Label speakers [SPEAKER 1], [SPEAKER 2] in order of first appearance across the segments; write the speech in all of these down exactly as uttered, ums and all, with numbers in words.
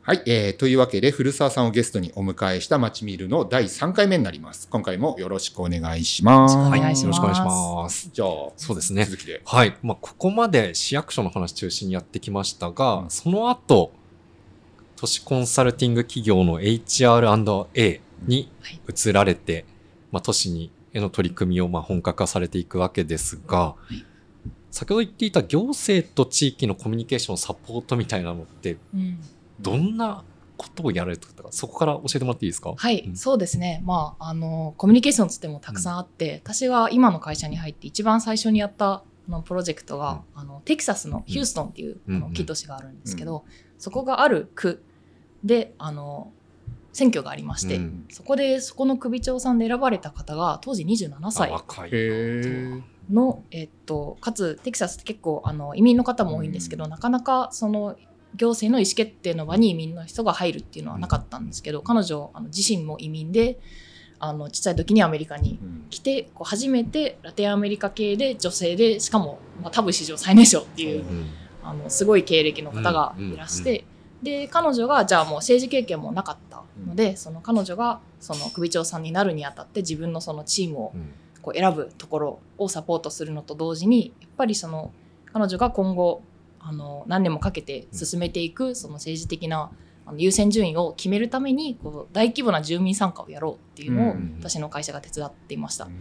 [SPEAKER 1] はい、えー、というわけで古澤さんをゲストにお迎えしたまちみるのだいさんかいめになります。今回もよろしくお願いします。
[SPEAKER 2] はい、よ
[SPEAKER 3] よろしくお願いし
[SPEAKER 2] ま
[SPEAKER 3] ます。
[SPEAKER 1] じゃあ
[SPEAKER 3] そうですね。
[SPEAKER 1] 続きで、
[SPEAKER 3] はい。まあ、ここまで市役所の話中心にやってきましたが、
[SPEAKER 1] うん、
[SPEAKER 3] その後、都市コンサルティング企業の エイチアールアンドエー に移られて、まあ、都市にへの取り組みをまあ本格化されていくわけですが、はい、先ほど言っていた行政と地域のコミュニケーションサポートみたいなのって、うん、どんなことをやられてたか、そこから教えてもらっていいですか？
[SPEAKER 2] はい、
[SPEAKER 3] うん、
[SPEAKER 2] そうですね。まあ、あの、コミュニケーションつってもたくさんあって、うん、私が今の会社に入って一番最初にやったあのプロジェクトが、うん、あのテキサスのヒューストンっていう、うん、あの大きい都市があるんですけど、うん、そこがある区で、あの、選挙がありまして、うん、そこでそこの首長さんで選ばれた方が当時にじゅうななさいの、えっと、かつテキサスって結構あの移民の方も多いんですけど、うん、なかなかその行政の意思決定の場に移民の人が入るっていうのはなかったんですけど、うん、彼女あの自身も移民であの小さい時にアメリカに来て、こう初めてラテンアメリカ系で女性で、しかも、まあ、多分史上最年少っていう、うん、あのすごい経歴の方がいらして、うんうんうん、で彼女がじゃあもう政治経験もなかったので、うん、その彼女がその首長さんになるにあたって自分のそのチームをこう選ぶところをサポートするのと同時に、やっぱりその彼女が今後あの何年もかけて進めていくその政治的なあの優先順位を決めるためにこう大規模な住民参加をやろうっていうのを私の会社が手伝っていました。うん、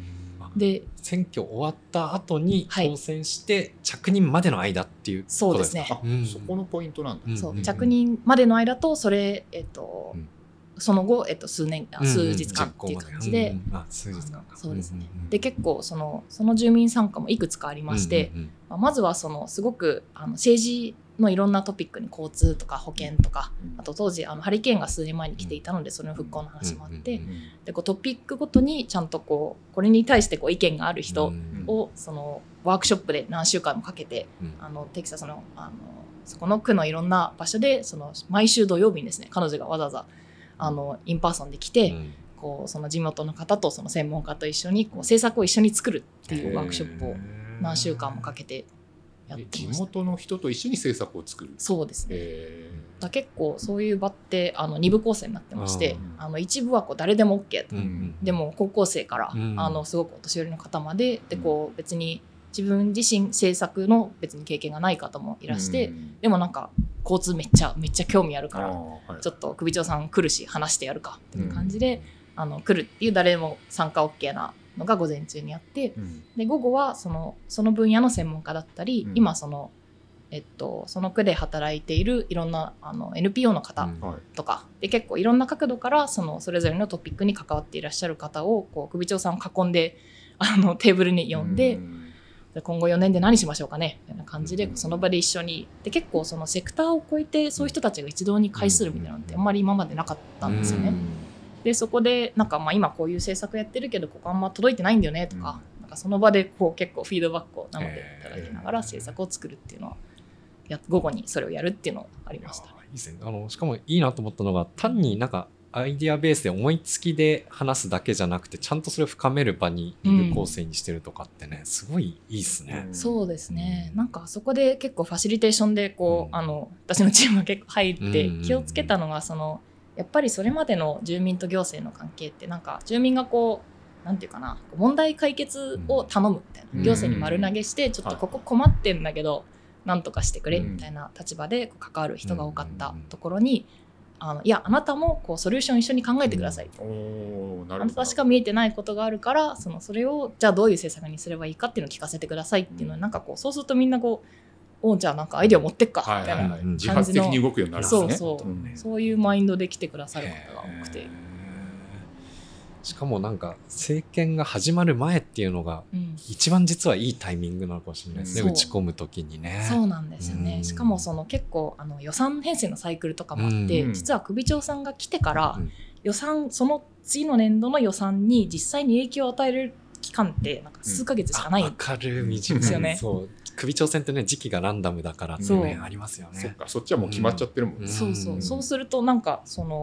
[SPEAKER 2] で
[SPEAKER 3] 選挙終わった後に当選して着任までの間っていうことですか？
[SPEAKER 2] そうですね。
[SPEAKER 1] あ、うん、そこのポイントなんだ。
[SPEAKER 2] そう、着任までの間とそれ、えっとうん、その後、えっと、数年、うん、数日間っていう感じで、
[SPEAKER 3] うん、あ、数日間か。
[SPEAKER 2] そうですね。で結構そのその住民参加もいくつかありまして、うんうんうん、まあ、まずはそのすごくあの政治のいろんなトピックに交通とか保険とか、あと当時あのハリケーンが数年前に来ていたのでその復興の話もあって、でこうトピックごとにちゃんとこうこれに対してこう意見がある人をそのワークショップで何週間もかけて、あのテキサスの、あのそこの区のいろんな場所でその毎週土曜日にですね、彼女がわざわざあのインパーソンで来て、こうその地元の方とその専門家と一緒にこう政策を一緒に作るっていうワークショップを何週間もかけてやってました。
[SPEAKER 1] 地元の人と一緒に政策を作る。
[SPEAKER 2] そうですね。だ結構そういう場ってあのに部構成になってまして、あの一部はこう誰でも OK と、うん、でも高校生から、うん、あのすごくお年寄りの方まで、でこう別に自分自身政策の別に経験がない方もいらして、うん、でもなんか交通めっちゃめっちゃ興味あるから、はい、ちょっと首長さん来るし話してやるかっていう感じで、うん、あの来るっていう誰でも参加 OK なのが午前中にあって、うん、で午後はそのその分野の専門家だったり、うん、今そのえっと、その区で働いているいろんなあの エヌピーオー の方とか、うん、で結構いろんな角度からそのそれぞれのトピックに関わっていらっしゃる方をこう首長さんを囲んであのテーブルに呼んで、うん、で今後よねんで何しましょうかねみたいな感じで、うん、その場で一緒にで結構そのセクターを超えてそういう人たちが一堂に会するみたいなのってあんまり今までなかったんですよね。うん、でそこでなんかまあ今こういう政策やってるけどここあんま届いてないんだよねとか、うん、なんかその場でこう結構フィードバックを生でいただきながら政策を作るっていうのはや午後にそれをやるっていうのがありました。
[SPEAKER 3] いいですね。あのしかもいいなと思ったのが単になんかアイディアベースで思いつきで話すだけじゃなくてちゃんとそれを深める場にいる構成にしてるとかってね、うん、すごいいいですね。
[SPEAKER 2] そうですね。なんかそこで結構ファシリテーションでこう、うん、あの私のチームが結構入って気をつけたのがそのやっぱりそれまでの住民と行政の関係ってなんか住民がこうなんていうかな問題解決を頼むみたいな、うん、行政に丸投げしてちょっとここ困ってんだけど、はい、なんとかしてくれみたいな立場で関わる人が多かったところに、あのいやあなたもこうソリューション一緒に考えてください、うん、あなたしか見えてないことがあるからそのそれをじゃあどういう政策にすればいいかっていうのを聞かせてくださいっていうのは、うん、なんかこうそうするとみんなこうおじゃあなんかアイデア持ってっかみたいな感じの、
[SPEAKER 1] 自発的に動くようになるんですね。
[SPEAKER 2] そうそう、うん、そういうマインドで来てくださる方が多くて、
[SPEAKER 3] しかもなんか政権が始まる前っていうのが一番実はいいタイミングなのかもしれないですね、うん、打ち込むときにね。
[SPEAKER 2] そうなんですよね、うん、しかもその結構あの予算編成のサイクルとかもあって、うん、実は首長さんが来てから予算その次の年度の予算に実際に影響を与える期間ってなんか数ヶ月しかないんですよね。
[SPEAKER 3] そう首長選ってね時期がランダムだからってねありますよね。
[SPEAKER 1] そっかそっちはもう決まっちゃってるもんね、
[SPEAKER 2] うん、そうそうそうするとなんかその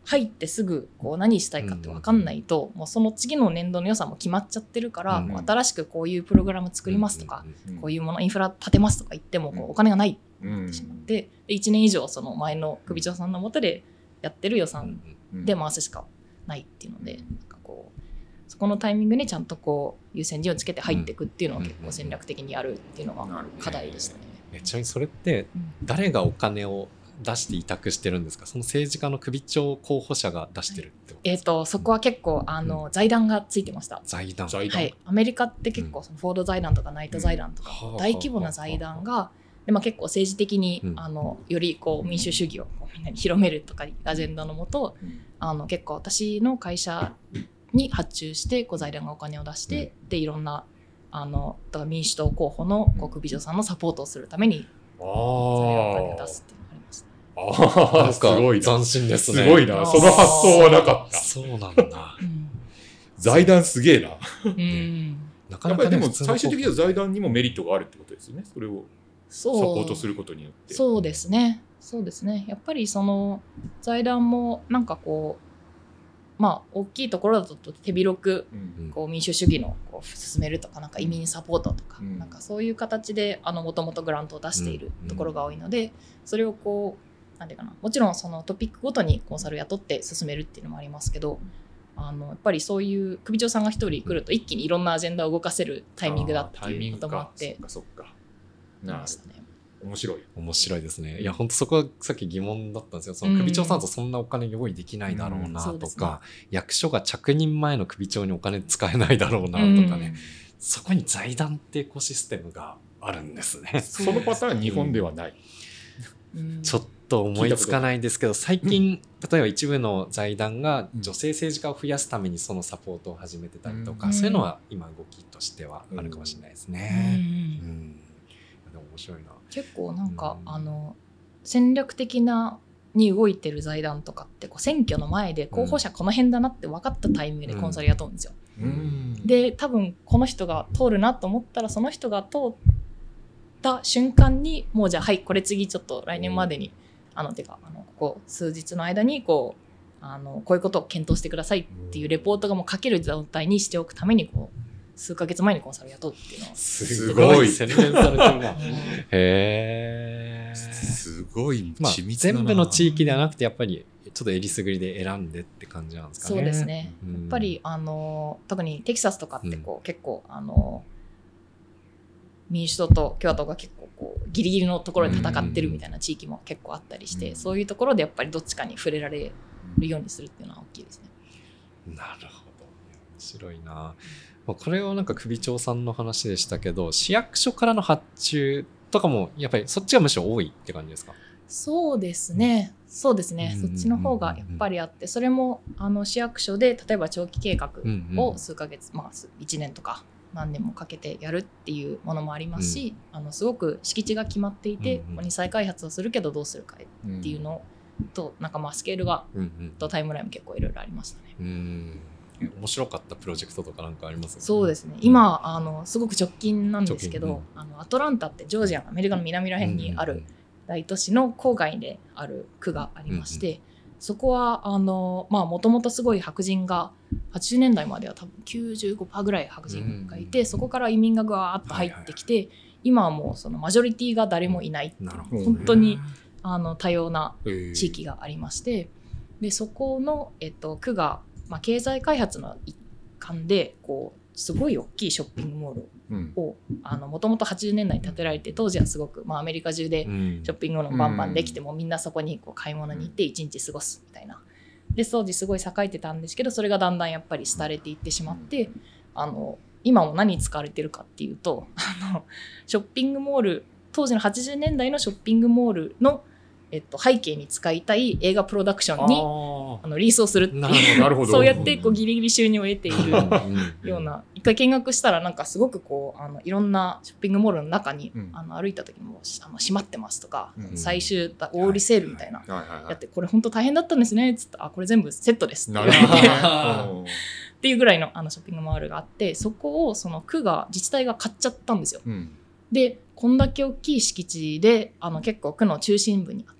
[SPEAKER 2] 入ってすぐこう何したいかって分かんないと、もうその次の年度の予算も決まっちゃってるから、
[SPEAKER 1] うん
[SPEAKER 2] もう新しくこういうプログラム作りますとか、
[SPEAKER 1] うん
[SPEAKER 2] こういうものインフラ立てますとか言ってもこうお金がないって
[SPEAKER 1] うん
[SPEAKER 2] なってしまって、でいちねん以上その前の首長さんの下でやってる予算で回すしかないっていうので、なんかこうそこのタイミングにちゃんとこう優先順位をつけて入っていくっていうのを結構戦略的にやるっていうのが課題でしたね。
[SPEAKER 3] えちなみにそれって誰がお金を出して委託してるんですか？その政治家の首長候補者が出してるってこと
[SPEAKER 2] えっ、
[SPEAKER 3] ですか？
[SPEAKER 2] とそこは結構あの、財団がついてました。
[SPEAKER 3] 財団。
[SPEAKER 1] 財団
[SPEAKER 2] はい、アメリカって結構そのフォード財団とかナイト財団とか
[SPEAKER 3] うん
[SPEAKER 2] 大規模な財団がで、まあ、結構政治的に、
[SPEAKER 3] うん、
[SPEAKER 2] あのよりこう民主主義をこうみんなに広めるとかアジェンダのもと、
[SPEAKER 1] うん
[SPEAKER 2] あの結構私の会社に発注してこう財団がお金を出して、うん、でいろんなあのだから民主党候補のこう首長さんのサポートをするために財団がお金を出すっていうのがありました。
[SPEAKER 1] ああ、
[SPEAKER 3] なん
[SPEAKER 1] すごい
[SPEAKER 3] か
[SPEAKER 1] な。
[SPEAKER 3] 斬新ですね。
[SPEAKER 1] すごいな。その発想はなかった。
[SPEAKER 3] そうなんだ。
[SPEAKER 2] うん
[SPEAKER 1] 財団すげえな。
[SPEAKER 2] うん
[SPEAKER 3] なかなかね
[SPEAKER 1] やっぱりでも
[SPEAKER 3] 普通の
[SPEAKER 1] 最終的には財団にもメリットがあるってことですよね。それをサ
[SPEAKER 2] そう
[SPEAKER 1] ポートすることによって。
[SPEAKER 2] そうですね。そうですね。やっぱりその財団もなんかこうまあ大きいところだと手広く
[SPEAKER 1] うん
[SPEAKER 2] こう民主主義のこう進めるとかなんか移民サポートとか、
[SPEAKER 1] うん
[SPEAKER 2] なんかそういう形であのもともとグラントを出しているところが多いので、それをこうなんていうかな、もちろんそのトピックごとにコンサル雇って進めるっていうのもありますけど、あのやっぱりそういう首長さんが一人来ると一気にいろんなアジェンダを動かせるタイミングだっていうこともあって
[SPEAKER 1] そっかそっか。
[SPEAKER 2] なり
[SPEAKER 1] な
[SPEAKER 2] ましたね。
[SPEAKER 1] 面白い。
[SPEAKER 3] 面白いですね。いや本当そこはさっき疑問だったんですよ。その首長さんとそんなお金用意できないだろうな
[SPEAKER 2] うん
[SPEAKER 3] と
[SPEAKER 2] そうですね
[SPEAKER 3] か、役所が着任前の首長にお金使えないだろうなとかね、そこに財団ってエコシステムがあるんですね。
[SPEAKER 1] そのパターン日本ではない。
[SPEAKER 2] うん
[SPEAKER 3] ちょっと思いつかないんですけど、最近例えば一部の財団が
[SPEAKER 1] うん
[SPEAKER 3] 女性政治家を増やすためにそのサポートを始めてたりとか、
[SPEAKER 2] うん
[SPEAKER 3] そういうのは今動きとしてはあるかもしれないです
[SPEAKER 2] うん
[SPEAKER 3] ね。うんでも面白いな。
[SPEAKER 2] 結構なんか、
[SPEAKER 3] うん
[SPEAKER 2] あの戦略的なに動いてる財団とかってこう選挙の前で候補者この辺だなって分かったタイミングでコンサル雇うんですよ。
[SPEAKER 1] うん
[SPEAKER 2] で多分この人が通るなと思ったらその人が通った瞬間にもうじゃあはいこれ次ちょっと来年までにあのてかあのここ数日の間にこうあのこういうことを検討してくださいっていうレポートがもう書ける状態にしておくためにこう数ヶ月前にコンサル雇うっていうのは
[SPEAKER 3] す
[SPEAKER 1] ごい
[SPEAKER 3] ごい洗練されてるな。へー。
[SPEAKER 1] すごい
[SPEAKER 3] まあ、
[SPEAKER 1] 緻密だな。
[SPEAKER 3] 全部の地域ではなくてやっぱりちょっとえりすぐりで選んでって感じなんですかね。
[SPEAKER 2] そうですね、
[SPEAKER 3] うん
[SPEAKER 2] やっぱりあの特にテキサスとかってこう、結構あの民主党と共和党が結構こうギリギリのところで戦ってるみたいな地域も結構あったりして、
[SPEAKER 1] うん
[SPEAKER 2] そういうところでやっぱりどっちかに触れられるようにするっていうのは大きいですね。
[SPEAKER 3] なるほど。面白いな。これはなんか首長さんの話でしたけど、市役所からの発注とかもやっぱりそっちがむしろ多いって感じですか？
[SPEAKER 2] そうですね、そうですね、
[SPEAKER 3] うん
[SPEAKER 2] そっちの方がやっぱりあって、それもあの市役所で例えば長期計画を数ヶ月、まあいちねんとか何年もかけてやるっていうものもありますし、あのすごく敷地が決まっていて、
[SPEAKER 3] うんうん
[SPEAKER 2] ここに再開発をするけどどうするかっていうのと、なんかまあスケールが
[SPEAKER 3] うんうん
[SPEAKER 2] とタイムラインも結構いろいろありましたね。
[SPEAKER 3] うん面白かったプロジェクトとかなんかあります？
[SPEAKER 2] そうですね、今あのすごく直近なんですけど、
[SPEAKER 3] 直近
[SPEAKER 2] あのアトランタってジョージアのアメリカの南ら辺にある大都市の郊外である区がありまして、
[SPEAKER 3] うん
[SPEAKER 2] そこはあのまあもともとすごい白人がはちじゅうねんだいまでは多分 きゅうじゅうごパーセント ぐらい白人がいて、
[SPEAKER 3] うん
[SPEAKER 2] そこから移民がぐわーっと入ってきて、今はもうそのマジョリティが誰もいないっていう
[SPEAKER 3] なるほどね
[SPEAKER 2] 本当にあの多様な
[SPEAKER 1] 地
[SPEAKER 2] 地域がありまして、でそこの、えっと、区が、まあ、経済開発の一環でこうすごい大きいショッピングモール
[SPEAKER 1] うん
[SPEAKER 2] をもともとはちじゅうねんだいに建てられて、当時はすごく、まあ、アメリカ中でショッピングモールもバンバンできても、みんなそこにこう買い物に行っていちにち過ごすみたいな。で当時すごい栄えてたんですけど、それがだんだんやっぱり廃れていってしまって、あの今も何に使われてるかっていうと、あのショッピングモール当時のはちじゅうねんだいのショッピングモールの、えっと、背景に使いたい映画プロダクションにあのリースをするって
[SPEAKER 3] なるほ
[SPEAKER 2] いう
[SPEAKER 1] なるほど
[SPEAKER 2] そうやってこうギリギリ収入を得ている
[SPEAKER 3] うん
[SPEAKER 2] ような、一回見学したらなんかすごくこうあのいろんなショッピングモールの中に、
[SPEAKER 1] うん
[SPEAKER 2] あの歩いた時もあの閉まってますとか、
[SPEAKER 1] うん
[SPEAKER 2] 最終大売りセールみたいな、
[SPEAKER 1] はいはいはい
[SPEAKER 2] やってこれ本当大変だったんですねっつってあこれ全部セットですって
[SPEAKER 1] な
[SPEAKER 2] 言われて
[SPEAKER 1] るほどね
[SPEAKER 2] っていうぐらいのあのショッピングモールがあって、そこをその区が自治体が買っちゃったんですよ。
[SPEAKER 1] うん
[SPEAKER 2] でこんだけ大きい敷地であの結構区の中心部にあっ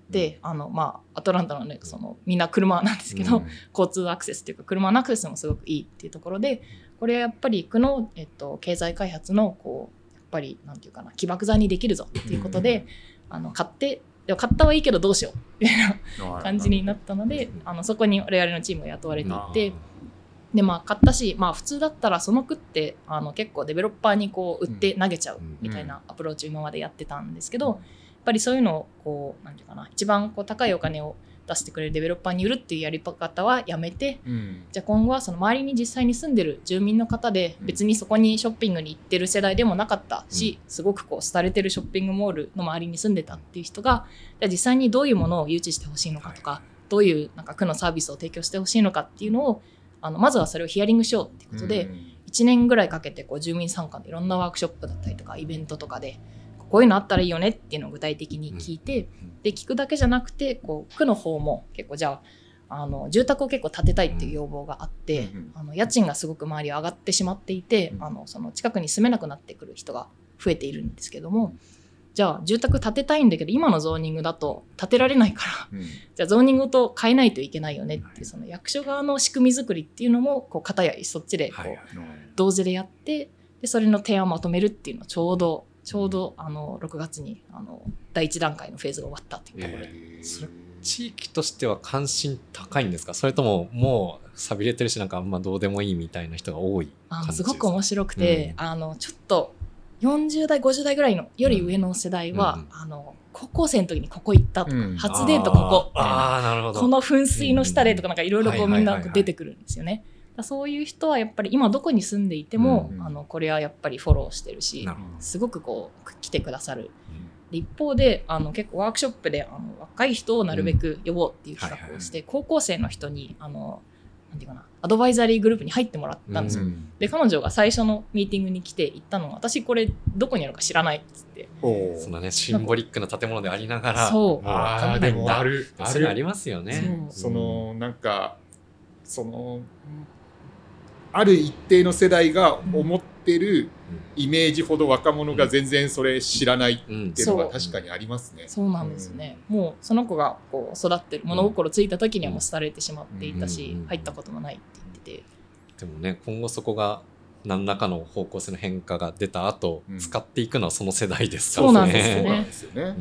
[SPEAKER 2] て、あのまあアトランタのねそのみんな車なんですけど、
[SPEAKER 1] うん、
[SPEAKER 2] 交通アクセスというか車のアクセスもすごくいいっていうところで、これはやっぱり区の、えっと、経済開発のこうやっぱりなんていうかな起爆剤にできるぞっていうことで、うん、あの買ってでも買ったはいいけどどうしようみたいな感じになったので、あのそこに我々のチームが雇われていて、でまあ買ったし、まあ、普通だったらその区ってあの結構デベロッパーにこう売って投げちゃうみたいなアプローチを今までやってたんですけど、やっぱりそういうのをこうなんていうかな一番こう高いお金を出してくれるデベロッパーに売るっていうやり方はやめて、うん、じゃあ今後はその周りに実際に住んでる住民の方で別にそこにショッピングに行ってる世代でもなかったし、すごくこう廃れてるショッピングモールの周りに住んでたっていう人がじゃあ実際にどういうものを誘致してほしいのかとか、はい、どういうなんか区のサービスを提供してほしいのかっていうのをあのまずはそれをヒアリングしようっていうことで、うん、いちねんぐらいかけてこう住民参加でいろんなワークショップだったりとかイベントとかでこういうのあったらいいよねっていうのを具体的に聞いて、うん、で聞くだけじゃなくてこう区の方も結構じゃあ、あの住宅を結構建てたいっていう要望があって、うん、あの家賃がすごく周りは上がってしまっていて、うん、あのその近くに住めなくなってくる人が増えているんですけども、じゃあ住宅建てたいんだけど今のゾーニングだと建てられないから、うん、じゃあゾーニングと変えないといけないよねっていう、その役所側の仕組み作りっていうのもこう片やそっちでこう同時でやって、でそれの提案をまとめるっていうのをちょうどちょうどあのろくがつにあのだいいち段階のフェーズが終わったというところで、
[SPEAKER 3] えー、それ地域としては関心高いんですか？それとももう寂れてるしなんかあんまどうでもいいみたいな人が多い感じですか？
[SPEAKER 2] あのすごく面白くて、うん、あのちょっとよんじゅう代ごじゅう代ぐらいのより上の世代は、うん、あの高校生の時にここ行ったとか、うん、初デートここみたいな、あーなるほど、この噴水の下でとかなんかいろいろこうみんな出てくるんですよね。そういう人はやっぱり今どこに住んでいても、うんうん、あのこれはやっぱりフォローしてるし、すごくこう来てくださる、うん、一方であの結構ワークショップであの若い人をなるべく呼ぼうっていう企画をして、うんはいはい、高校生の人にあのなんていうかなアドバイザリーグループに入ってもらったんですよ、うん、で彼女が最初のミーティングに来て言ったのは、私これどこにあるか知らないっつって、
[SPEAKER 3] そのねシンボリックな建物でありながら、
[SPEAKER 1] そうあでもある
[SPEAKER 3] あるありますよね。
[SPEAKER 1] そのなんかそのある一定の世代が思ってるイメージほど若者が全然それ知らないっていうのが確かにありますね。
[SPEAKER 2] うん、そう、そうなんですね、うん、もうその子がこう育ってる物心ついた時にはもう廃れてしまっていたし、うん、入ったこともないって言ってて、
[SPEAKER 3] でもね今後そこが何らかの方向性の変化が出た後、うん、使っていくのはその世代ですからね。
[SPEAKER 2] そうなんですよね。
[SPEAKER 3] うん、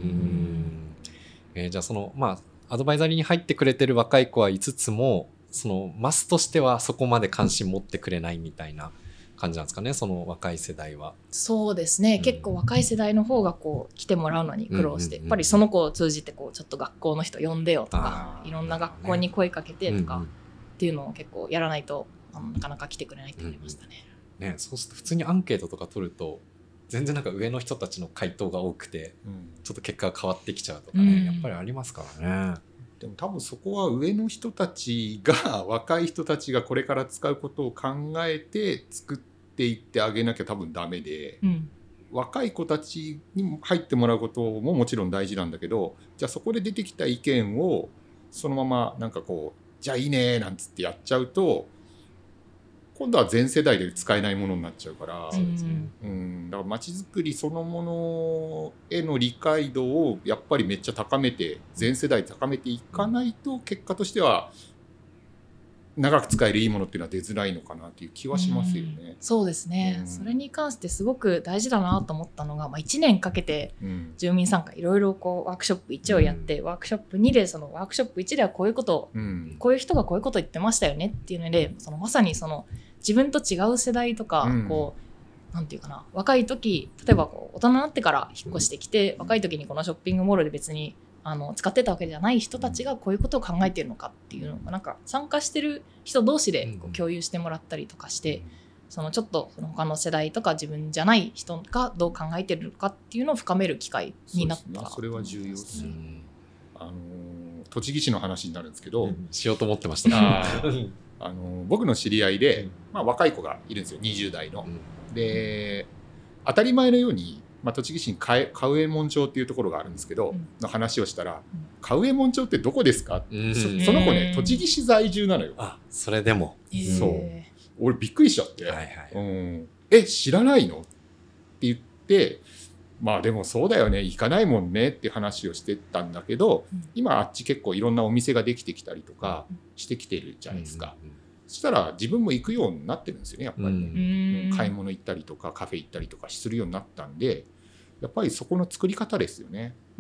[SPEAKER 3] えー、じゃあそのまあアドバイザリーに入ってくれてる若い子はいつつもそのマスとしてはそこまで関心持ってくれないみたいな感じなんですかね、その若い世代は。
[SPEAKER 2] そうですね、うん、結構若い世代の方がこう来てもらうのに苦労して、うんうんうん、やっぱりその子を通じてこうちょっと学校の人呼んでよとか、いろんな学校に声かけてとか、ね、っていうのを結構やらないとあのなかなか来てくれないと思いましたね。
[SPEAKER 3] うんうん、ね、そうすると普通にアンケートとか取ると全然なんか上の人たちの回答が多くて、うん、ちょっと結果が変わってきちゃうとかね、うん、やっぱりありますからね。
[SPEAKER 1] でも多分そこは上の人たちが若い人たちがこれから使うことを考えて作っていってあげなきゃ多分ダメで、うん、若い子たちにも入ってもらうことももちろん大事なんだけど、じゃあそこで出てきた意見をそのままなんかこうじゃあいいねなんつってやっちゃうと今度は全世代で使えないものになっちゃうから、うんうん、だから街づくりそのものへの理解度をやっぱりめっちゃ高めて全世代高めていかないと結果としては長く使えるいいものっていうのは出づらいのかなっていう気はしますよね。
[SPEAKER 2] うん、そうですね、うん、それに関してすごく大事だなと思ったのが、まあ、いちねんかけて住民参加いろいろこうワークショップいちをやって、うん、ワークショップにでそのワークショップいちではこういうことを、うん、こういう人がこういうこと言ってましたよねっていうので、そのまさにその自分と違う世代とか、うん、こうなんていうかな、若い時例えばこう大人になってから引っ越してきて、うん、若い時にこのショッピングモールで別にあの使ってたわけじゃない人たちがこういうことを考えているのかっていうのがなんか参加してる人同士でこう共有してもらったりとかして、うん、そのちょっとその他の世代とか自分じゃない人がどう考えてるのかっていうのを深める機会になった。
[SPEAKER 1] そうですね、それは重要です、うん、あの栃木市の話になるんですけど、うん、
[SPEAKER 3] しようと思ってましたね。
[SPEAKER 1] あの僕の知り合いで、まあ、若い子がいるんですよ、にじゅう代の、うん、で当たり前のように、まあ、栃木市に嘉右衛門町っていうところがあるんですけど、うん、の話をしたら、うん、嘉右衛門町ってどこですか、うん、そ, その子ね栃木市在住なのよ。
[SPEAKER 3] あ、それでも、
[SPEAKER 1] えー、そう俺びっくりしちゃって、はいはい、うん、え知らないのって言ってまあでもそうだよね行かないもんねって話をしてたんだけど、うん、今あっち結構いろんなお店ができてきたりとかしてきてるじゃないですか、うんうん、そしたら自分も行くようになってるんですよねやっぱりね、うん、買い物行ったりとかカフェ行ったりとかするようになったんでやっぱりそこの作り方ですよね、うん、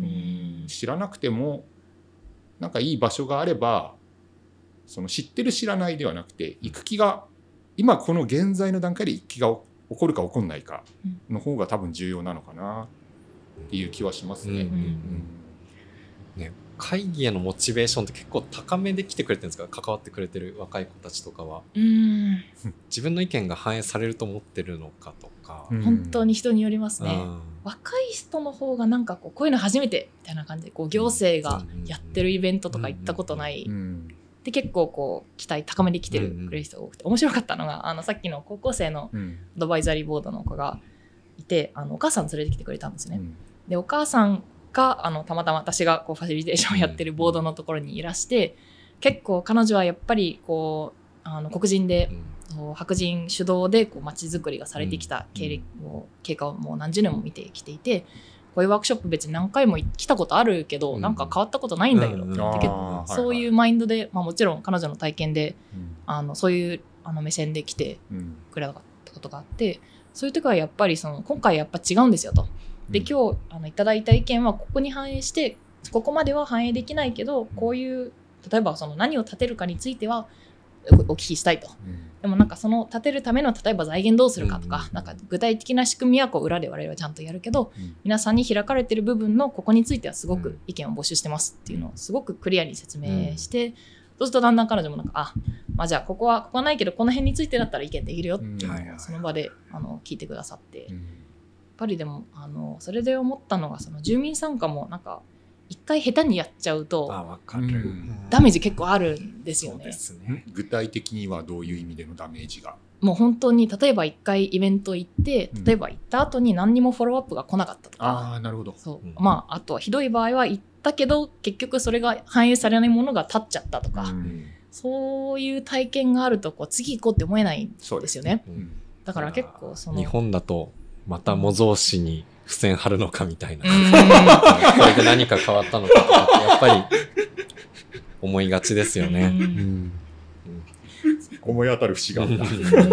[SPEAKER 1] 知らなくてもなんかいい場所があればその知ってる知らないではなくて行く気が今この現在の段階で行く気が起こるか起こんないかの方が多分重要なのかなっていう気はしますね。うんうんうん
[SPEAKER 3] ね、会議へのモチベーションって結構高めで来てくれてるんですか？関わってくれてる若い子たちとかは。うーん自分の意見が反映されると思ってるのかとか。
[SPEAKER 2] 本当に人によりますね。若い人の方がなんかこうこういうの初めてみたいな感じでこう行政がやってるイベントとか行ったことない。で結構こう期待高めで来てるくれる人が多くて、面白かったのがあのさっきの高校生のアドバイザリーボードの子がいて、あのお母さん連れてきてくれたんですね。でお母さんがあのたまたま私がこうファシリテーションをやってるボードのところにいらして、結構彼女はやっぱりこうあの黒人で、うん、白人主導でこう街づくりがされてきた経歴を、経過をもう何十年も見てきていて、こういうワークショップ別に何回も来たことあるけど、うん、なんか変わったことないんだけど、うん、って結構そういうマインドで、まあ、もちろん彼女の体験で、うん、あのそういうあの目線で来てくれたことがあって、そういう時はやっぱりその今回やっぱ違うんですよと。で今日あのいただいた意見はここに反映してここまでは反映できないけど、こういう例えばその何を立てるかについてはお聞きしたいと、うん、でもなんかその立てるための例えば財源どうするかとか、うんうん、なんか具体的な仕組みはこう裏で我々はちゃんとやるけど、うん、皆さんに開かれてる部分のここについてはすごく意見を募集してますっていうのをすごくクリアに説明して、うん、そうするとだんだん彼女もなんかあ、まあ、じゃあここはここはないけどこの辺についてだったら意見できるよっていうのをその場であの聞いてくださって、うん、やっぱりでもあのそれで思ったのがその住民参加もなんか一回下手にやっちゃうと
[SPEAKER 3] あ、わかる、
[SPEAKER 2] ダメージ結構あるんですよね。
[SPEAKER 3] そうですね。
[SPEAKER 1] 具体的にはどういう意味でのダメージが？
[SPEAKER 2] もう本当に例えば一回イベント行って例えば行った後に何にもフォローアップが来なかったとか、
[SPEAKER 1] ああなるほど。
[SPEAKER 2] そう、まああとはひどい場合は行ったけど結局それが反映されないものが立っちゃったとか、うん、そういう体験があるとこう次行こうって思えないんですよね。うん、だから結構その
[SPEAKER 3] 日本だとまた模造紙に付箋貼るのかみたいな、それで何か変わったのかとかってやっぱり思いがちですよね。うんうん、
[SPEAKER 1] 思い当たる節があった。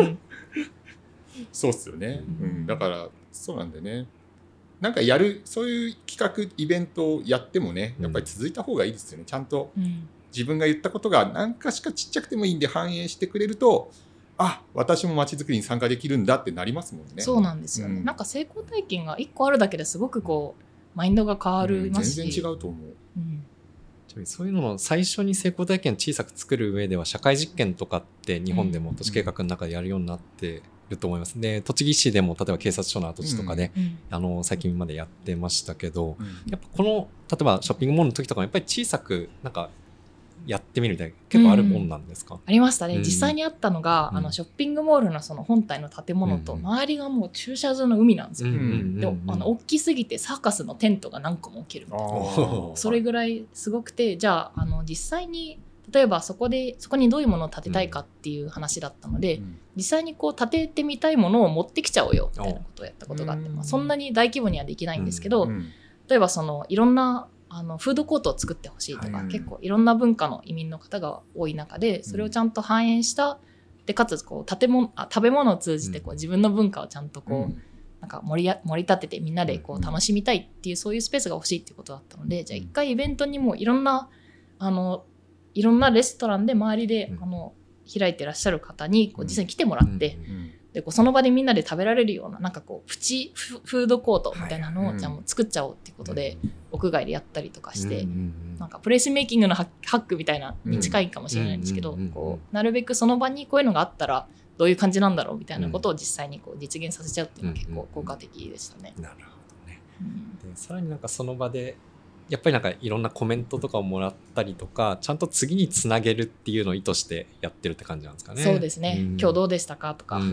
[SPEAKER 1] そうっすよね、うん、だからそうなんでね、なんかやるそういう企画イベントをやってもねやっぱり続いた方がいいですよね。ちゃんと自分が言ったことが何かしかちっちゃくてもいいんで反映してくれると、あ、私も街づくりに参加できるんだってなりますもんね。
[SPEAKER 2] そうなんですよね、うん、なんか成功体験がいっこあるだけですごくこうマインドが変わりますし、
[SPEAKER 1] うん、全然違うと思う、
[SPEAKER 3] うん、そういうのの最初に成功体験小さく作る上では社会実験とかって日本でも都市計画の中でやるようになってると思います。で栃木市でも例えば警察署の跡地とかで、うん、あの最近までやってましたけど、うん、やっぱこの例えばショッピングモールの時とかもやっぱり小さくなんかやってみるみたいな結構あるもんなんですか？うん、
[SPEAKER 2] ありましたね、うん、実際にあったのが、うん、あのショッピングモールのその本体の建物と周りがもう駐車場の海なんですよ、うん、であの大きすぎてサーカスのテントが何個も置けるみたいな、それぐらいすごくて、じゃあ、あの実際に例えばそこでそこにどういうものを建てたいかっていう話だったので、うん、実際にこう建ててみたいものを持ってきちゃおうよみたいなことをやったことがあって、まあ、そんなに大規模にはできないんですけど、うん、例えばそのいろんなあのフードコートを作ってほしいとか、はい、結構いろんな文化の移民の方が多い中でそれをちゃんと反映した、うん、でかつこう建物あ食べ物を通じてこう自分の文化をちゃんとこう、うん、なんか盛りや盛り立ててみんなでこう楽しみたいっていう、そういうスペースが欲しいっていうことだったので、じゃあ一回イベントにもいろんなあのいろんなレストランで周りで、うん、あの開いてらっしゃる方にこう実際に来てもらって、うんうん、でこうその場でみんなで食べられるようななんかこうプチフードコートみたいなのを、はい、じゃあもう作っちゃおうっていうことで、うん、屋外でやったりとかして、うん、なんかプレイスメイキングのハックみたいなに近いかもしれないんですけど、こうなるべくその場にこういうのがあったらどういう感じなんだろうみたいなことを実際にこう実現させちゃうっていうのは結構効果的でしたね。
[SPEAKER 3] なるほどね、うん、でさらになんかその場でやっぱりなんかいろんなコメントとかをもらったりとか、ちゃんと次につなげるっていうのを意図してやってるって感じなんですかね。
[SPEAKER 2] そうですね、うん、今日どうでしたかとか、うん、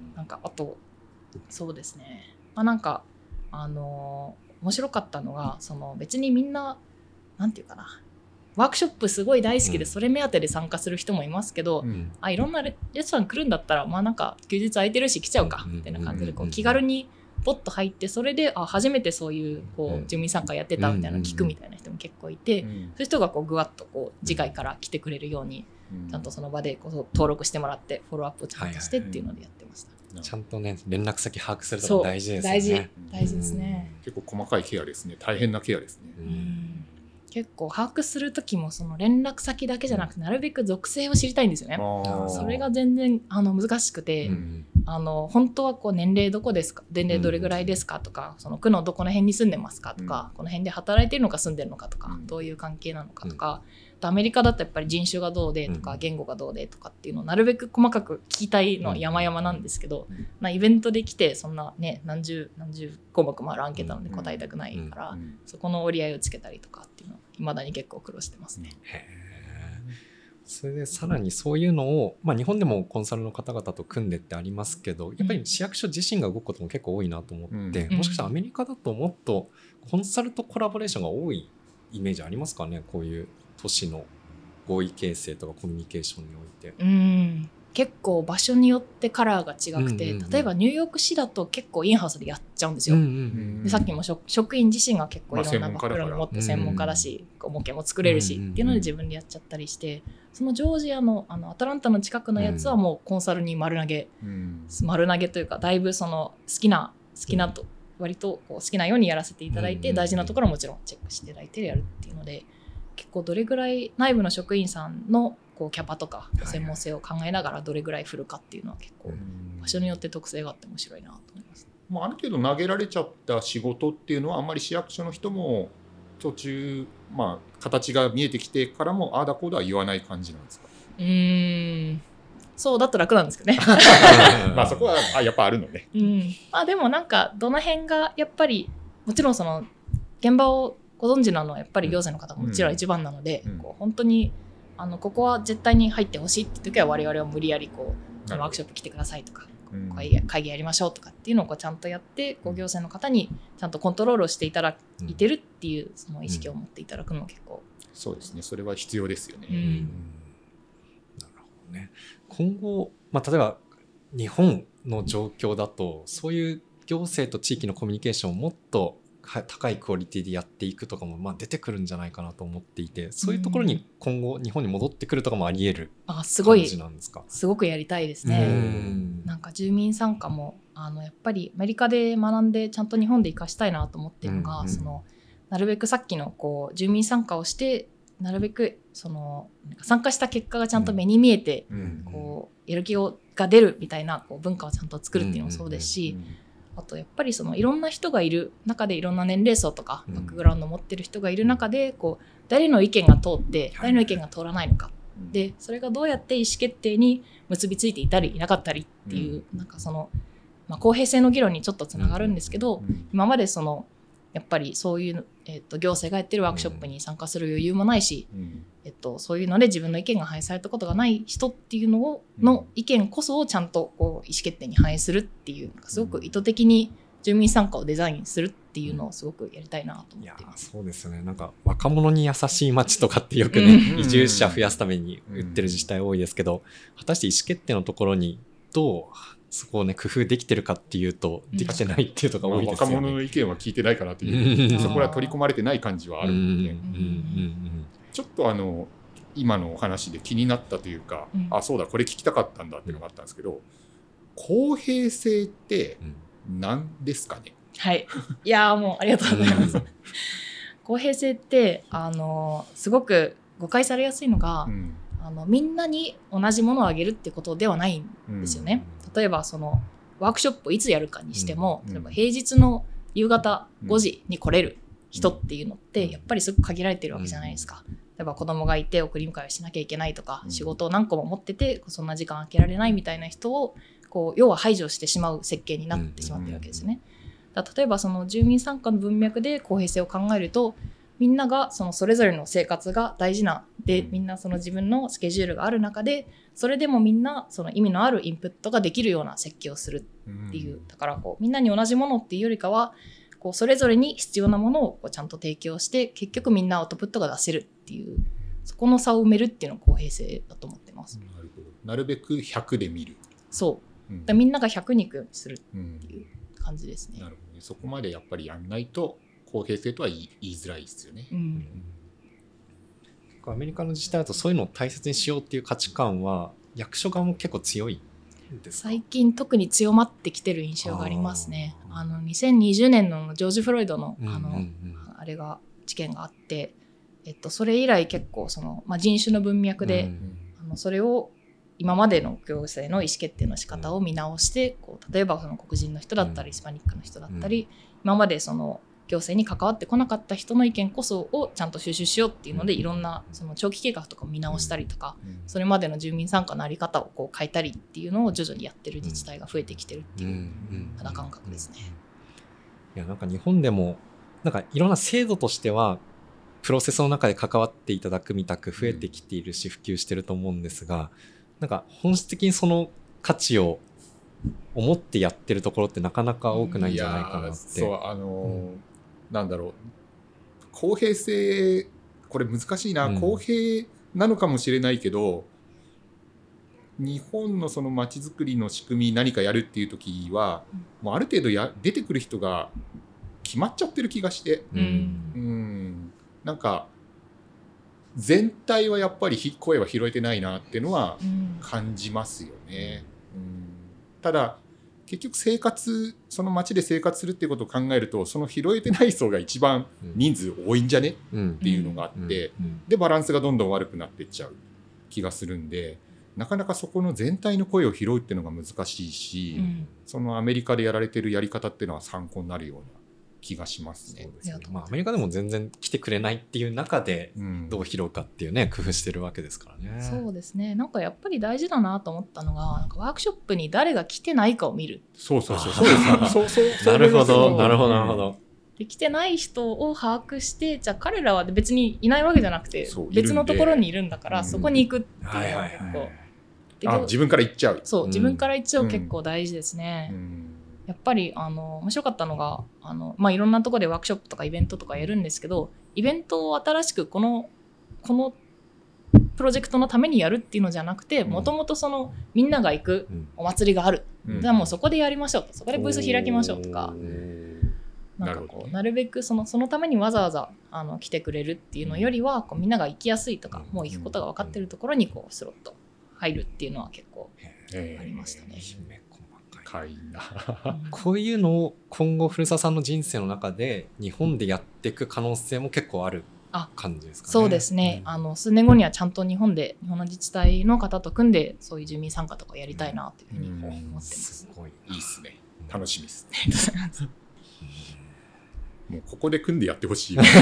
[SPEAKER 2] なんかあとそうですね、まあ、なんかあのー、面白かったのがその別にみんななんていうかな、ワークショップすごい大好きでそれ目当てで参加する人もいますけど、うん、あいろんなレストラン来るんだったらまあなんか休日空いてるし来ちゃうかみたいな感じでこう気軽にポッと入ってそれであ初めてそういうこう住民参加やってたみたいなの聞くみたいな人も結構いて、うんうんうん、そういう人がこうぐわっとこう次回から来てくれるように、うん、ちゃんとその場でこそ登録してもらってフォローアップをちゃんとしてっていうのでやってました、はいはい、
[SPEAKER 3] ちゃんとね連絡先把握すると大事ですよね。
[SPEAKER 2] 大事大事ですね、
[SPEAKER 1] うん、結構細かいケアですね。大変なケアですね、
[SPEAKER 2] うん結構把握するときもその連絡先だけじゃなくてなるべく属性を知りたいんですよね。それが全然あの難しくて、うん、あの本当はこう年齢どこですか、年齢どれぐらいですかとか、その区のどこの辺に住んでますかとか、うん、この辺で働いてるのか住んでるのかとか、うん、どういう関係なのかとか、うん、アメリカだとやっぱり人種がどうでとか、うん、言語がどうでとかっていうのをなるべく細かく聞きたいのは山々なんですけど、うん、まあ、イベントで来てそんなね何十何十項目もあるアンケートなので答えたくないから、うん、そこの折り合いをつけたりとかっていうのは未だに結構苦労してますね。
[SPEAKER 3] へー。それでさらにそういうのを、まあ、日本でもコンサルの方々と組んでってありますけど、やっぱり市役所自身が動くことも結構多いなと思って、うん、もしかしたらアメリカだともっとコンサルとコラボレーションが多いイメージありますかね。こういう都市の合意形成とかコミュニケーションにおいて。
[SPEAKER 2] うん結構場所によってカラーが違くて、うんうんうん、例えばニューヨーク市だと結構インハウスでやっちゃうんですよ、うんうんうん、でさっきも職員自身が結構いろんなバックグラウンドを持って専門家だし、うんうん、模型も作れるし、うんうんうん、っていうので自分でやっちゃったりして、そのジョージア の, あのアトランタの近くのやつはもうコンサルに丸投げ、うん、丸投げというかだいぶその好きな好きなと、うん、割とこう好きなようにやらせていただいて、うんうんうん、大事なところはもちろんチェックしていただいてやるっていうので、結構どれぐらい内部の職員さんのこうキャパとか専門性を考えながらどれぐらい振るかっていうのは結構場所によって特性があって面白いなと思います。
[SPEAKER 1] もうある程度投げられちゃった仕事っていうのはあんまり市役所の人も途中、まあ、形が見えてきてからもああだこうだは言わない感じなんですか。
[SPEAKER 2] うーんそうだと楽なんですけどね
[SPEAKER 1] まあそこはあやっぱあるのね、
[SPEAKER 2] うんまあ、でもなんかどの辺がやっぱりもちろんその現場をご存知なのはやっぱり行政の方がもちろん一番なので、うん、こう本当にあのここは絶対に入ってほしいって時は我々は無理やりこうワークショップ来てくださいとか、うん、会議、会議やりましょうとかっていうのをこうちゃんとやってこう行政の方にちゃんとコントロールをしていただいてるっていうその意識を持っていただくのも結構、
[SPEAKER 1] うん、そうですね、それは必要ですよね、
[SPEAKER 2] うんうん、
[SPEAKER 3] なるほどね。今後、まあ、例えば日本の状況だとそういう行政と地域のコミュニケーションをもっと高いクオリティでやっていくとかもまあ出てくるんじゃないかなと思っていて、そういうところに今後日本に戻ってくるとかもあり得る感じなんですか。
[SPEAKER 2] すごい、すごくやりたいですね。うんなんか住民参加もあのやっぱりアメリカで学んでちゃんと日本で活かしたいなと思っているのが、うんうん、そのなるべくさっきのこう住民参加をしてなるべくそのなんか参加した結果がちゃんと目に見えて、うんうん、こうやる気が出るみたいなこう文化をちゃんと作るっていうのもそうですし、うんうんうんあとやっぱりそのいろんな人がいる中でいろんな年齢層とかバックグラウンドを持ってる人がいる中でこう誰の意見が通って誰の意見が通らないのかでそれがどうやって意思決定に結びついていたりいなかったりっていうなんかそのまあ公平性の議論にちょっとつながるんですけど今までそのやっぱりそういうえっと行政がやってるワークショップに参加する余裕もないしえっとそういうので自分の意見が反映されたことがない人っていうのをの意見こそをちゃんとこう意思決定に反映するっていうなんかすごく意図的に住民参加をデザインするっていうのをすごくやりたいなと思っています。
[SPEAKER 3] いやそうですよね。なんか若者に優しい街とかってよくね、うん、移住者増やすために売ってる自治体多いですけど、果たして意思決定のところにどうそこをね工夫できてるかっていうとできてないっていうところが多いですよね。
[SPEAKER 1] 若者の意見は聞いてないかなという、そこら取り込まれてない感じはあるので、ちょっとあの今のお話で気になったというか、うん、あそうだこれ聞きたかったんだっていうのがあったんですけど、うん、公平性って何ですかね。
[SPEAKER 2] はい、いやもうありがとうございます公平性ってあのすごく誤解されやすいのが、うん、あのみんなに同じものをあげるってことではないんですよね、うん、例えばそのワークショップをいつやるかにしても、うん、例えば平日の夕方ごじに来れる人っていうのってやっぱりすごく限られてるわけじゃないですか。例えば子供がいて送り迎えをしなきゃいけないとか、仕事を何個も持っててそんな時間空けられないみたいな人をこう要は排除してしまう設計になってしまってるわけですね。だ例えばその住民参加の文脈で公平性を考えると、みんながそのそれぞれの生活が大事なで、みんなその自分のスケジュールがある中でそれでもみんなその意味のあるインプットができるような設計をするっていう、だからこうみんなに同じものっていうよりかはこうそれぞれに必要なものをこうちゃんと提供して結局みんなアウトプットが出せるっていう、そこの差を埋めるっていうのが公平性だと思ってます。
[SPEAKER 1] なるほど。なるべくひゃくで見る。
[SPEAKER 2] そう、うん、だみんながひゃくにするっていう感じですね。
[SPEAKER 1] なるほどね。そこまでやっぱりやんないと公平性とは言い、言いづらいですよね。うん
[SPEAKER 3] うんアメリカの自治体だとそういうのを大切にしようっていう価値観は役所側も結構強いですか？
[SPEAKER 2] 最近特に強まってきてる印象がありますね。あのにせんにじゅうねんのジョージ・フロイドの、あの、うんうんうん、あれが事件があって、えっと、それ以来結構その、まあ、人種の文脈で、うん、あのそれを今までの行政の意思決定の仕方を見直して、こう例えばその黒人の人だったり、うん、ヒスパニックの人だったり、うん、今までその行政に関わってこなかった人の意見こそをちゃんと収集しようっていうので、いろんなその長期計画とかを見直したりとか、それまでの住民参加のあり方をこう変えたりっていうのを徐々にやってる自治体が増えてきてるっていう肌感覚ですね。
[SPEAKER 3] いやなんか日本でもなんかいろんな制度としてはプロセスの中で関わっていただくみたく増えてきているし普及してると思うんですが、なんか本質的にその価値を思ってやってるところってなかなか多くないんじゃないかなって。
[SPEAKER 1] そうあのーうんなんだろう公平性これ難しいな、うん、公平なのかもしれないけど日本のその街づくりの仕組み何かやるっていう時は、うん、もうある程度や出てくる人が決まっちゃってる気がして、うんうん、なんか全体はやっぱり声は拾えてないなっていうのは感じますよね、うん、ただ結局生活その街で生活するっていうことを考えるとその拾えてない層が一番人数多いんじゃね、うん、っていうのがあって、うんうん、でバランスがどんどん悪くなっていっちゃう気がするんでなかなかそこの全体の声を拾うっていうのが難しいし、うん、そのアメリカでやられてるやり方っていうのは参考になるような気がしますね。
[SPEAKER 3] そうですね。まあ、アメリカでも全然来てくれないっていう中でどう拾うかっていうね、うん、工夫してるわけですからね。
[SPEAKER 2] そうですね。なんかやっぱり大事だなと思ったのがなんかワークショップに誰が来てないかを見る。
[SPEAKER 1] そうそうそうそうそうそうそう
[SPEAKER 3] なるほどなるほどなるほど。
[SPEAKER 2] で来てない人を把握してじゃあ彼らは別にいないわけじゃなくて別のところにいるんだから、うん、そこに行くっていうのは結構、
[SPEAKER 1] あ自分から行っちゃう。
[SPEAKER 2] そう、うん、自分から行っちゃう結構大事ですね。うんうんやっぱりあの面白かったのがあの、まあ、いろんなところでワークショップとかイベントとかやるんですけどイベントを新しくこのこのプロジェクトのためにやるっていうのじゃなくてもともとそのみんなが行くお祭りがある、うん、じゃあもうそこでやりましょうとそこでブース開きましょうとかなんかこう なるべくその、そのためにわざわざあの来てくれるっていうのよりはこうみんなが行きやすいとかもう行くことが分かってるところにこうスロット入るっていうのは結構ありましたね。
[SPEAKER 1] いいな
[SPEAKER 3] こういうのを今後古澤さんの人生の中で日本でやっていく可能性も結構ある感じですかね。
[SPEAKER 2] そうですね、うん、あの数年後にはちゃんと日本で日本の自治体の方と組んでそういう住民参加とかやりたいなというふうに思ってます。
[SPEAKER 1] すごいいいですね。楽しみですねもうここで組んでやってほしいす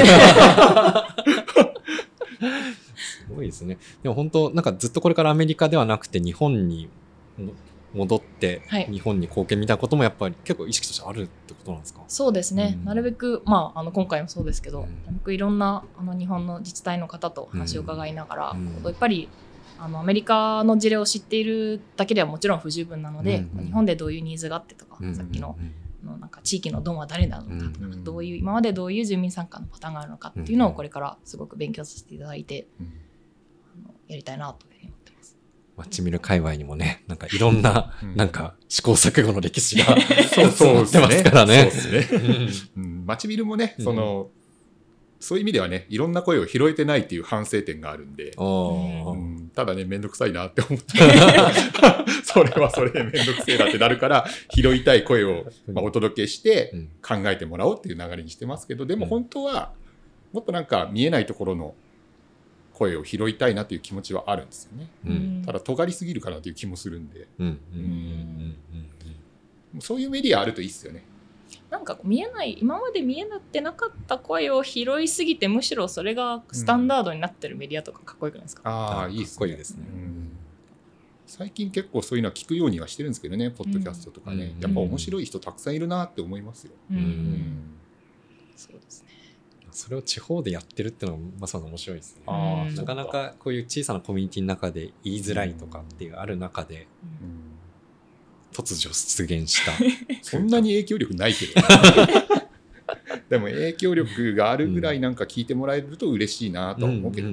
[SPEAKER 3] ごいですね。でも本当なんかずっとこれからアメリカではなくて日本に戻って日本に貢献みたいなこともやっぱり結構意識としてあるってことなんですか？
[SPEAKER 2] そうですね、うん、なるべく、まあ、あの今回もそうですけど、うん、なるべくいろんなあの日本の自治体の方と話を伺いながら、うん、やっぱりあのアメリカの事例を知っているだけではもちろん不十分なので、うん、日本でどういうニーズがあってとか、うん、さっきの、うん、のなんか地域のドンは誰なのかとか、うん、どういう今までどういう住民参加のパターンがあるのかっていうのをこれからすごく勉強させていただいて、うん、あのやりたいなというふうに思ってます。
[SPEAKER 3] マッチミル界隈にもね、なんかいろんな、なんか試行錯誤の歴史が
[SPEAKER 1] そうそう
[SPEAKER 3] ってますからね。
[SPEAKER 1] そうですね。うん、マッチミルもね、その、うん、そういう意味ではね、いろんな声を拾えてないっていう反省点があるんで、うん、ただね、めんどくさいなって思って、それはそれでめんどくせえなってなるから、拾いたい声を、まあ、お届けして考えてもらおうっていう流れにしてますけど、でも本当は、もっとなんか見えないところの声を拾いたいなという気持ちはあるんですよね、うん、ただ尖りすぎるかなという気もするんで、そういうメディアあるといいですよね。
[SPEAKER 2] なんか見えない今まで見えなってなかった声を拾いすぎてむしろそれがスタンダードになってるメディアとかかっこよくないですか？
[SPEAKER 1] うん、ああいいですね。ですね、うん、最近結構そういうのは聞くようにはしてるんですけどね、ポッドキャストとかね、うん、やっぱ面白い人たくさんいるなって思いますよ、うんうん、
[SPEAKER 2] そうですね。
[SPEAKER 3] それを地方でやってるっていうのがまさに面白いですね。あなかなかこういう小さなコミュニティの中で言いづらいとかっていうある中で、うん、突如出現した
[SPEAKER 1] そんなに影響力ないけどでも影響力があるぐらいなんか聞いてもらえると嬉しいなと思うけど、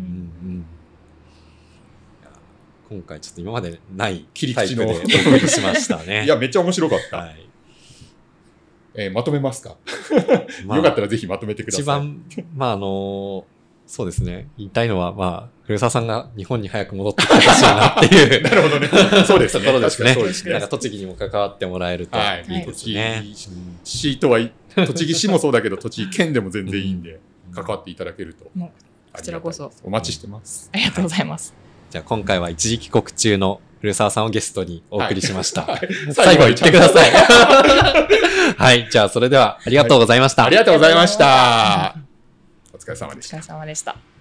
[SPEAKER 3] 今回ちょっと今までない切り口でお送りしましたね
[SPEAKER 1] いやめっちゃ面白かった、はいえー、まとめますか、まあ、よかったらぜひまとめてください。
[SPEAKER 3] 一番、まああの、そうですね。言いたいのは、まあ、古澤さんが日本に早く戻ってきてほしいなっていう。
[SPEAKER 1] なるほどね。そうですね。
[SPEAKER 3] ところですね。
[SPEAKER 1] そうですね。
[SPEAKER 3] なんか栃木にも関わってもらえるといいですね。
[SPEAKER 1] はい、栃木市とは、栃木市もそうだけど、栃木県でも全然いいんで、関わっていただけると。
[SPEAKER 2] もうこちらこそ。
[SPEAKER 1] お待ちしてます。
[SPEAKER 2] ありがとうございます。
[SPEAKER 3] じゃあ今回は一時帰国中の古澤さんをゲストにお送りしました。
[SPEAKER 1] はいはい、
[SPEAKER 3] 最後言ってください。はい。じゃあそれではありがとうございました。
[SPEAKER 1] はい、ありがとうございました。お疲れ様でした。
[SPEAKER 2] お疲れ様でした。